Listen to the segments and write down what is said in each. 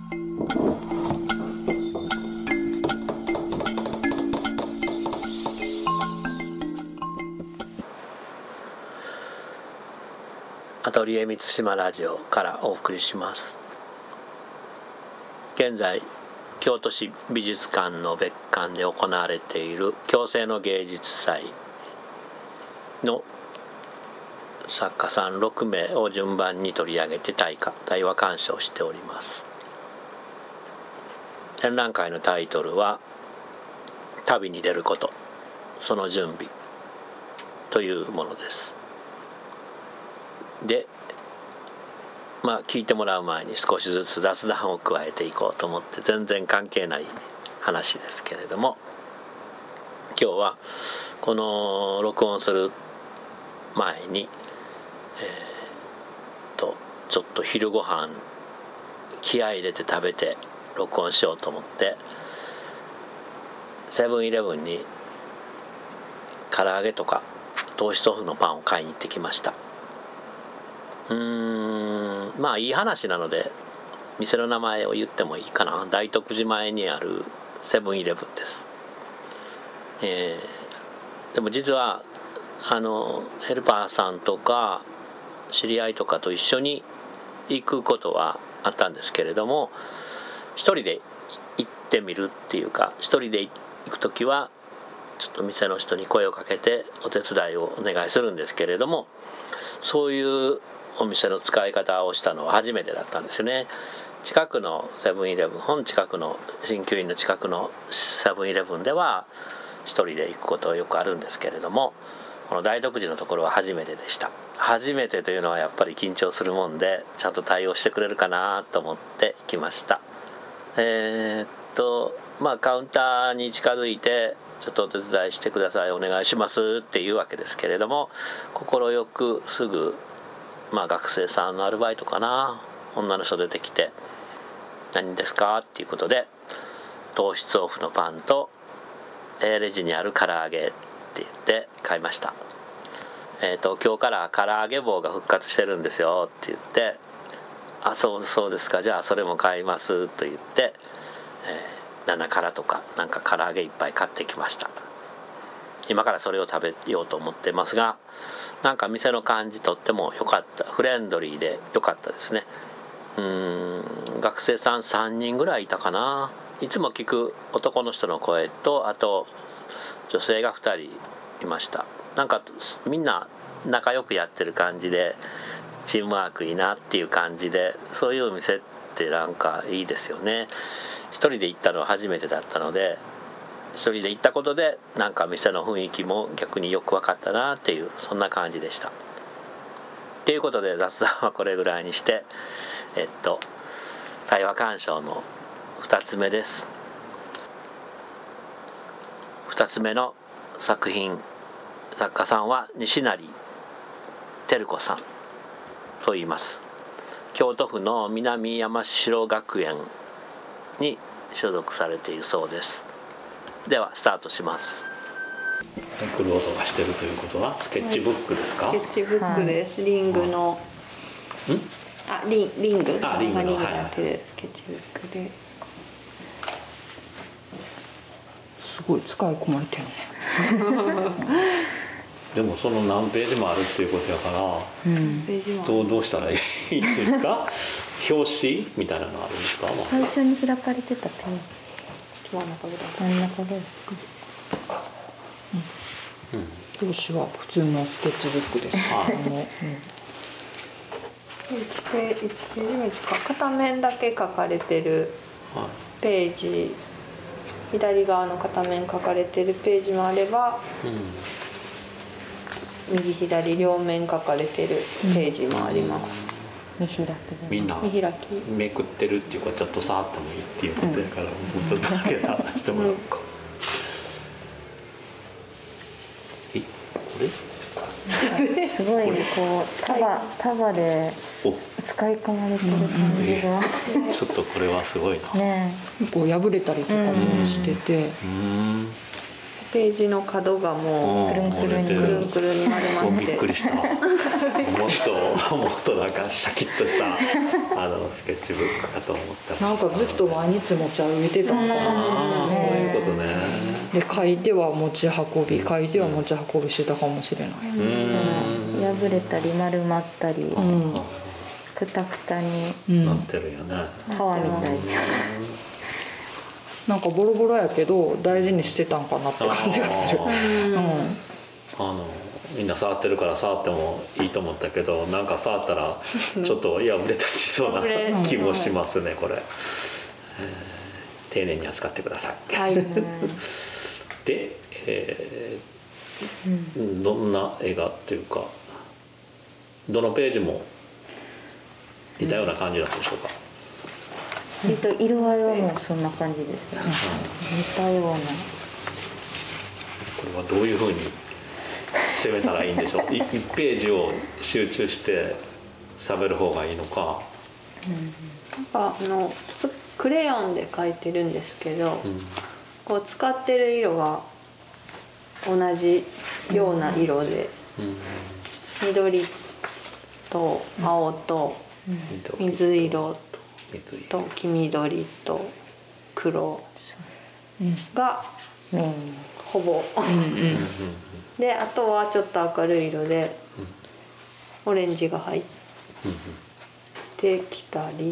アトリエ満島ラジオからお送りします。現在京都市美術館の別館で行われている共生の芸術祭の作家さん6名を順番に取り上げて対話鑑賞しております。展覧会のタイトルは旅に出ること、その準備というものです。で、聞いてもらう前に少しずつ雑談を加えていこうと思って全然関係ない話ですけれども、今日はこの録音する前にちょっと昼ご飯気合い入れて食べて録音しようと思ってセブンイレブンに唐揚げとか糖質オフのパンを買いに行ってきました。いい話なので店の名前を言ってもいいかな。大徳寺前にあるセブンイレブンです。でも実はヘルパーさんとか知り合いとかと一緒に行くことはあったんですけれども、一人で行ってみるっていうか、一人で行くときはちょっと店の人に声をかけてお手伝いをお願いするんですけれども、そういうお店の使い方をしたのは初めてだったんですよね。近くのセブンイレブン、本近くの鍼灸院の近くのセブンイレブンでは一人で行くことはよくあるんですけれども、この大徳寺のところは初めてでした。初めてというのはやっぱり緊張するもんで、ちゃんと対応してくれるかなと思って行きました。カウンターに近づいてちょっとお手伝いしてください、お願いしますっていうわけですけれども、快くすぐ学生さんのアルバイトかな、女の人出てきて何ですかっていうことで、糖質オフのパンとレジにある唐揚げって言って買いました。今日から唐揚げ棒が復活してるんですよって言って、そうですか、じゃあそれも買いますと言って、7辛とかなんか唐揚げいっぱい買ってきました。今からそれを食べようと思ってますが、なんか店の感じとっても良かった、フレンドリーで良かったですね。学生さん3人ぐらいいたかな。いつも聞く男の人の声と、あと女性が2人いました。なんかみんな仲良くやってる感じで、チームワークいいなっていう感じで、そういうお店ってなんかいいですよね。一人で行ったのは初めてだったので、一人で行ったことでなんか店の雰囲気も逆によく分かったなっていう、そんな感じでした。ということで雑談はこれぐらいにして、対話鑑賞の2つ目です。2つ目の作品、作家さんは西成照子さんと言います。京都府の南山城学園に所属されているそうです。ではスタートします。来る音がしてるということはスケッチブックですか？ スケッチブックです。リングのリングのになってるスケッチブックで、 すごい使い込まれてるね。 でもその何ページもあるっていうことやから、どうしたらいいですか？表紙みたいなのあるんですか？ 最初に開かれてたペン、真ん中で。 表紙は普通のスケッチブックです。 1ページ目か、片面だけ書かれてるページ、左側の片面書かれてるページもあれば、右左両面書かれてるページもあります。見開きで、 みんなめくってるっていうか、ちょっと触ってもいいっていうことやから、もうちょっとだけ話してもらおうか。これすごいこう束で使い込まれてる感じが、 ちょっとこれはすごいな。 ね、 こう破れたりとかもしてて、 ページの角がもうくるんくるんに丸まってびっくりしたもっとなんかシャキッとしたスケッチブックかと思ったらなんかずっと毎日持ち歩いてたのかな。 そういうことね。 で書いては持ち運び書いては持ち運びしてたかもしれない。 破れたり丸まったり、くたくたになってるよね。 皮みたい。 なんかボロボロやけど大事にしてたんかなって感じがする。 みんな触ってるから触ってもいいと思ったけど、なんか触ったらちょっと破れたりしそうな気もしますねこれ。丁寧に扱ってください。 はい。 で、どんな絵がっていうか、どのページも似たような感じなんでしょうか。 色合いはもうそんな感じですね。似たような。 これはどういうふうに攻めたらいいんでしょう。1ページを集中して喋る方がいいのか。 なんかクレヨンで描いてるんですけど、こう使ってる色が同じような色で、緑と青と水色と黄緑と黒がほぼで、あとはちょっと明るい色でオレンジが入ってきたり、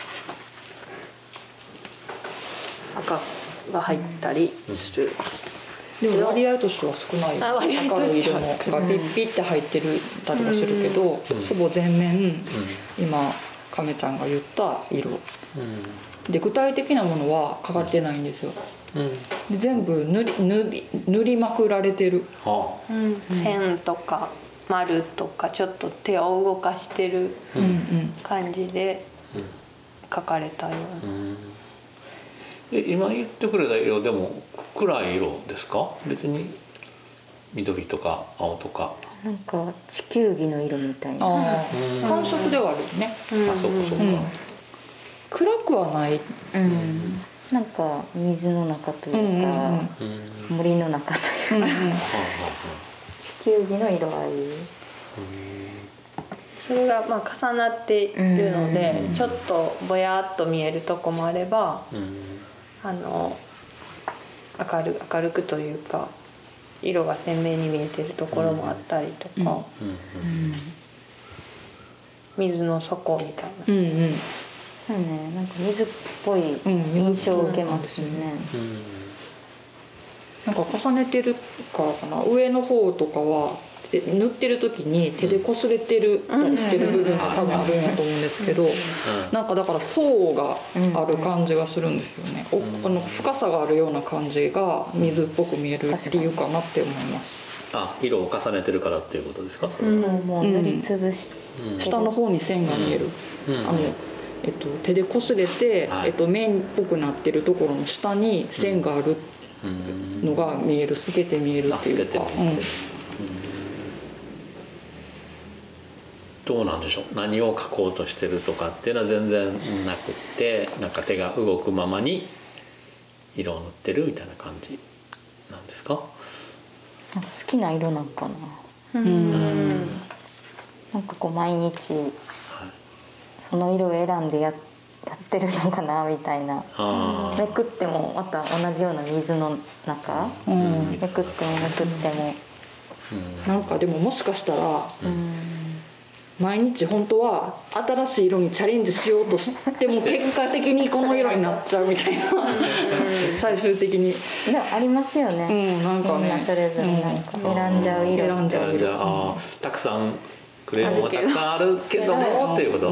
赤が入ったりする。 でも割合としては少ない。明るい色もがピッピッて入ってるたりもするけど、ほぼ全面今亀ちゃんが言った色で、具体的なものは書かれてないんですよ。で全部塗りまくられてる。 線とか丸とかちょっと手を動かしてる感じで描かれたような。 今言ってくれた色でも暗い色ですか？別に緑とか青とか。 なんか地球儀の色みたいな。 感触ではあるよね。 そうか。 暗くはない。 なんか水の中というか、森の中というか、地球儀の色合い。 それがまあ重なっているので、ちょっとぼやっと見えるとこもあれば、明るくというか色が鮮明に見えてるところもあったりとか、水の底みたいな。 そうね、なんか水っぽい印象を受けますね。 なんか重ねてるからかな、上の方とかは塗ってる時に手でこすれてるたりしてる部分が多分あるんやと思うんですけど、なんかだから層がある感じがするんですよね。深さがあるような感じが水っぽく見える理由かなって思います。 色を重ねてるからっていうことですか？ もう塗りつぶして、 下の方に線が見える。手でこすれて、面っぽくなってるところの下に線があるのが見える、透けて見えるっていうか。 どうなんでしょう。何を描こうとしてるとかっていうのは全然なくって、なんか手が動くままに色を塗ってるみたいな感じなんですか？ なんか好きな色なんかな。なんかこう毎日その色を選んでやってるのかなみたいな。めくってもまた同じような水の中、めくってもめくっても、 なんかでももしかしたら毎日本当は新しい色にチャレンジしようとしても結果的にこの色になっちゃうみたいな最終的にでもありますよね。 なんかね、 それぞれなんか選んじゃう色、 たくさんクレヨンはたくさんあるけどもっていうこと。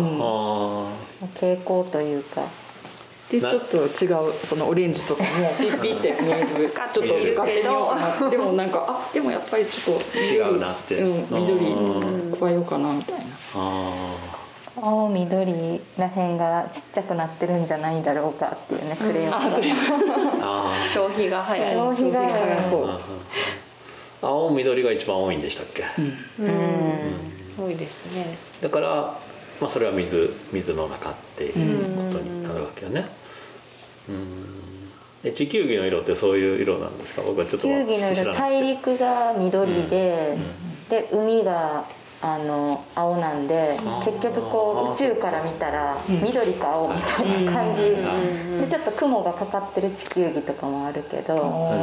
傾向というか。 でちょっと違うそのオレンジとかもピッピッて見えるちょっと使ってみようかな。でもなんかでもやっぱりちょっと違うなって、 緑加えようかなみたいな。 青緑らへんがちっちゃくなってるんじゃないだろうかっていうね、クレヨンが。 消費が早い。 消費が早そう。 青緑が一番多いんでしたっけ？ 多いですね。 だから、それは水の中っていうことになるわけよね。 地球儀の色ってそういう色なんですか？僕はちょっと地球儀の色、大陸が緑で、で海が青なんで、結局こう宇宙から見たら緑か青みたいな感じ、でちょっと雲がかかってる地球儀とかもあるけど、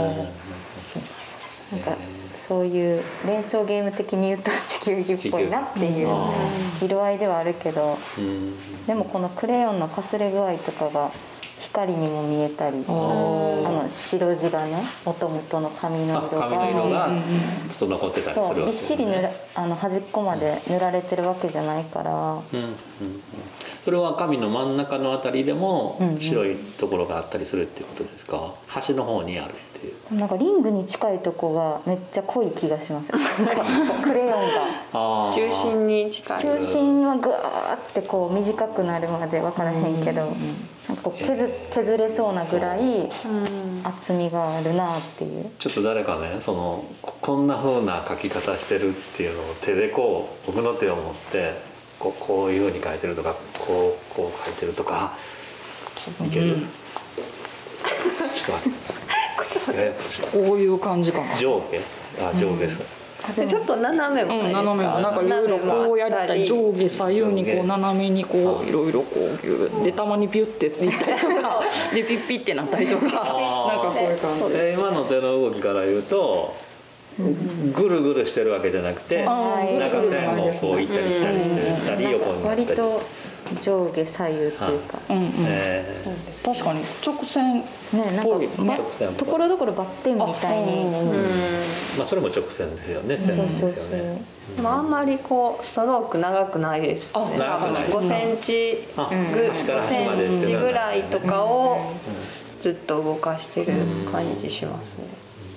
なんかそういう連想ゲーム的に言うと地球儀っぽいなっていう色合いではあるけど、でもこのクレヨンのかすれ具合とかが光にも見えたり、白地がね、もともとの紙の色がちょっと残ってたりするわけですね。そう、 びっしり端っこまで塗られてるわけじゃないから、 それは紙の真ん中のあたりでも白いところがあったりするっていうことですか？端の方にあるっていう。 なんかリングに近いとこがめっちゃ濃い気がします。クレヨンが中心に近い。 中心はぐわーってこう短くなるまで分からへんけど、なんかこう削れそうなぐらい厚みがあるなっていう。 ちょっと誰かね、こんな風な書き方してるっていうのを手でこう僕の手を持ってこういう風に書いてるとかこう書いてるとかいける？ちょっと待って。 こういう感じかな。 上下です。 ちょっと斜めもないですか？ 斜めもなんかいろいろこうやったり、上下左右にこう斜めにこういろいろこうギュでたまにピュッていったりとかでピッピッてなったりとか、なんかそういう感じ。 今の手の動きから言うとぐるぐるしてるわけじゃなくて、なんか線をこう行ったり来たりしてたり横になったり。 割と上下左右っていうか、 確かに直線っぽいね。 ところどころバッテンみたいに、 まあそれも直線ですよね。線ですよね。 でもあんまりこうストローク長くないですね。5センチぐらいとかをずっと動かしてる感じしますね。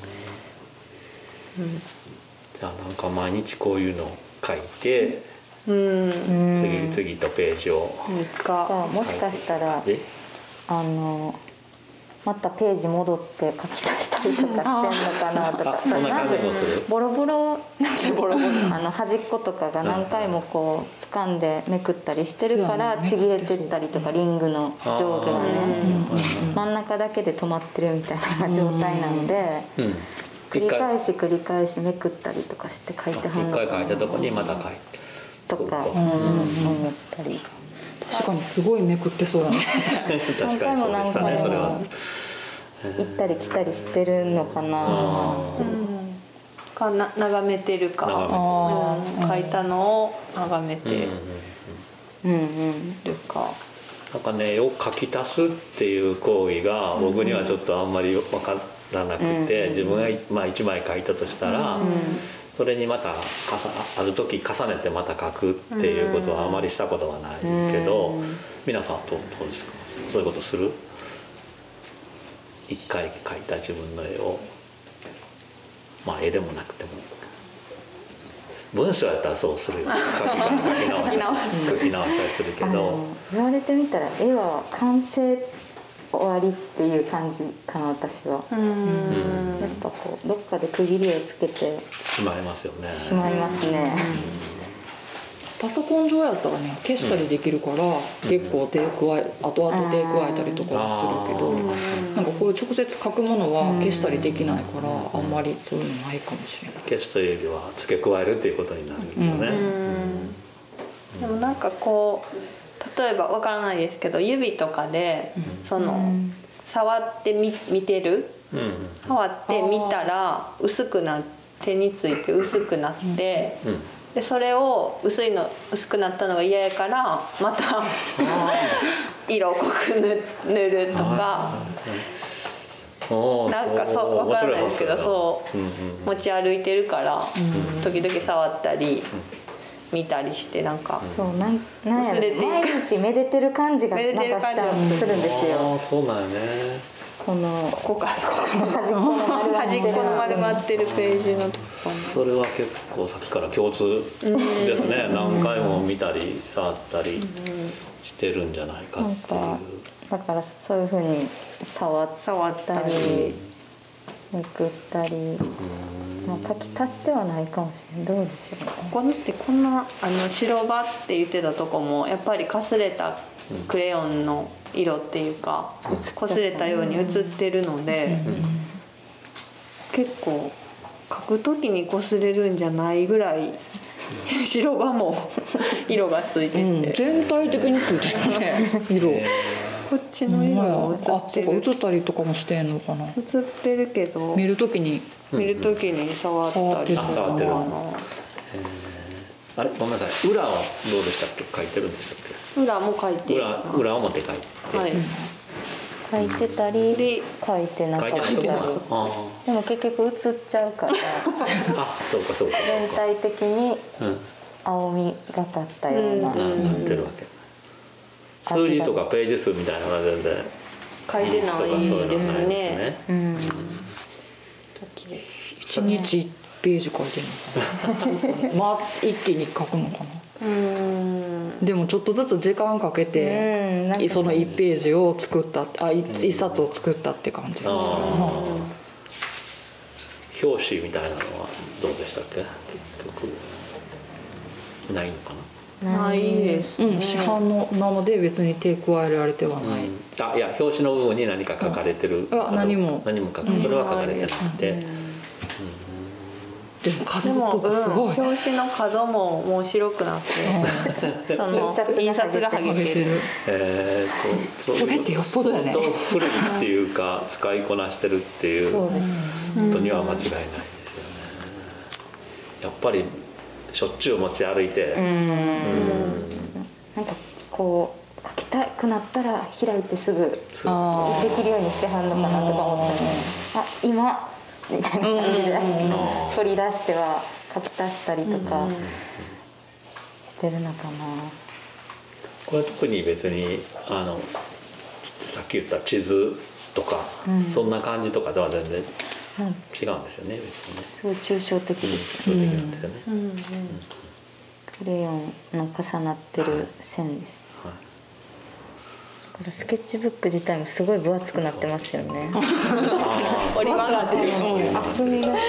じゃあなんか毎日こういうのを書いて。次とページをもしかしたらまたページ戻って書き足したりとかしてんのかなとか、ボロボロ端っことかが何回もこう掴んでめくったりしてるからちぎれてったりとか、リングの上下がね真ん中だけで止まってるみたいな状態なので、繰り返しめくったりとかして書いてはんのかな。 一回書いたとこにまた書いてとか思ったり。 確かにすごいめくってそうだね。 何回も何回も行ったり来たりしてるのかな。 眺めてるか、書いたのを眺めてるか。 なんかね、よく書き足すっていう行為が僕にはちょっとあんまり分からなくて、自分が1枚書いたとしたら。それにまたある時重ねてまた書くっていうことはあまりしたことはないけど、皆さんどうですか？そういうことする？一回描いた自分の絵を、まあ絵でもなくても文章やったらそうするよ。書き直したりするけど、 言われてみたら絵は完成終わりっていう感じかな、私は。やっぱこうどっかで区切りをつけてしまいますよね。 しまいますね。 パソコン上やったらね消したりできるから、結構後々手加えたりとかはするけど、なんかこういう直接書くものは消したりできないから、あんまりそういうのないかもしれない。 消すというよりは付け加えるっていうことになるよね。 でもなんかこう例えばわからないですけど、指とかで触って見てる、触って見たら手について薄くなって、でそれを薄くなったのが嫌やからまた色濃く塗るとか、なんかそうわからないですけど、そう持ち歩いてるから時々触ったり見たりして、なんかなんや毎日めでてる感じがなんかしちゃうするんですよ。 そうなんよね。 ここから端っこの丸まってるページのところ、 それは結構さっきから共通ですね。何回も見たり触ったりしてるんじゃないかっていう。 だからそういうふうに触ったりめくったり。 まあ書き足してはないかもしれない。どうでしょうね。 ここってこんな白場って言ってたとこもやっぱりかすれたクレヨンの色っていうかこすれたように映ってるので、結構描く時にこすれるんじゃないぐらい白場も色がついてて、 全体的についてるね色。 こっちの色も映ってる。 あ、そうか、映ったりとかもしてんのかな。 映ってるけど見るときに触ったりとか触ってる。あれごめんなさい、裏はどうでしたっけ？書いてるんでしたっけ？ 裏も書いてる。 裏表書いて。 はい。 書いてたり書いてなかったり。でも結局映っちゃうから。 あ、そうかそうか。 全体的に青みがかったような。 なってるわけ。数字とかページ数みたいなのは全然書いてないですね。 1日1ページ書いてるのかな。まあ一気に書くのかな。でもちょっとずつ時間かけてその1ページを作った1冊を作ったって感じですね。 表紙みたいなのはどうでしたっけ？結局ないのかな。 ないですね。 市販のなので別に手加えられてはない。 あ、いや表紙の部分に何か書かれてる。 何もそれは書かれてなくて。 でも角とかすごい。 表紙の角ももう白くなって、その印刷が剥げてる。 これってよっぽどやね。 古いっていうか使いこなしてるっていうことには間違いないですよね。やっぱりしょっちゅう持ち歩いて。 なんかこう書きたくなったら開いてすぐできるようにしてはんのかなとか思ったり、あ、今みたいな感じで取り出しては書き足したりとかしてるのかな。 これ特に別にさっき言った地図とか、そんな感じとかとは全然違うんですよね。別にね。 すごい抽象的ですね。抽象的なんですよね。 クレヨンの重なってる線です。これスケッチブック自体もすごい分厚くなってますよね。 折り曲がってる。 厚みが